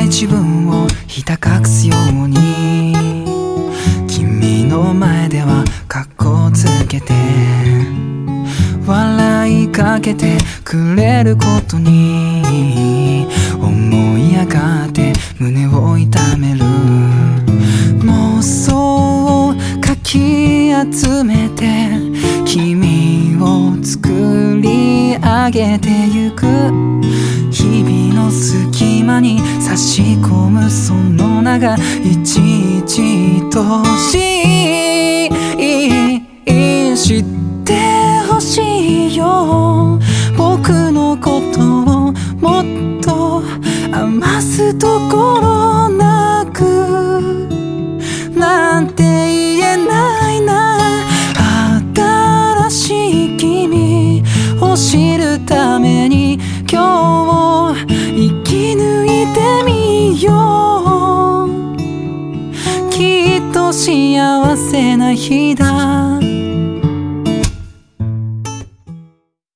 自分をひた隠すように君の前では格好つけて笑いかけてくれることに思い上がって胸を痛める妄想をかき集めて君を作り上げてゆく日々の隙間に差し込むその名がいちいち愛しい知ってほしいよ僕のことをもっと余すところなくなんて言えないな新しい君を知るために今日生き抜いてみようきっと幸せな日だ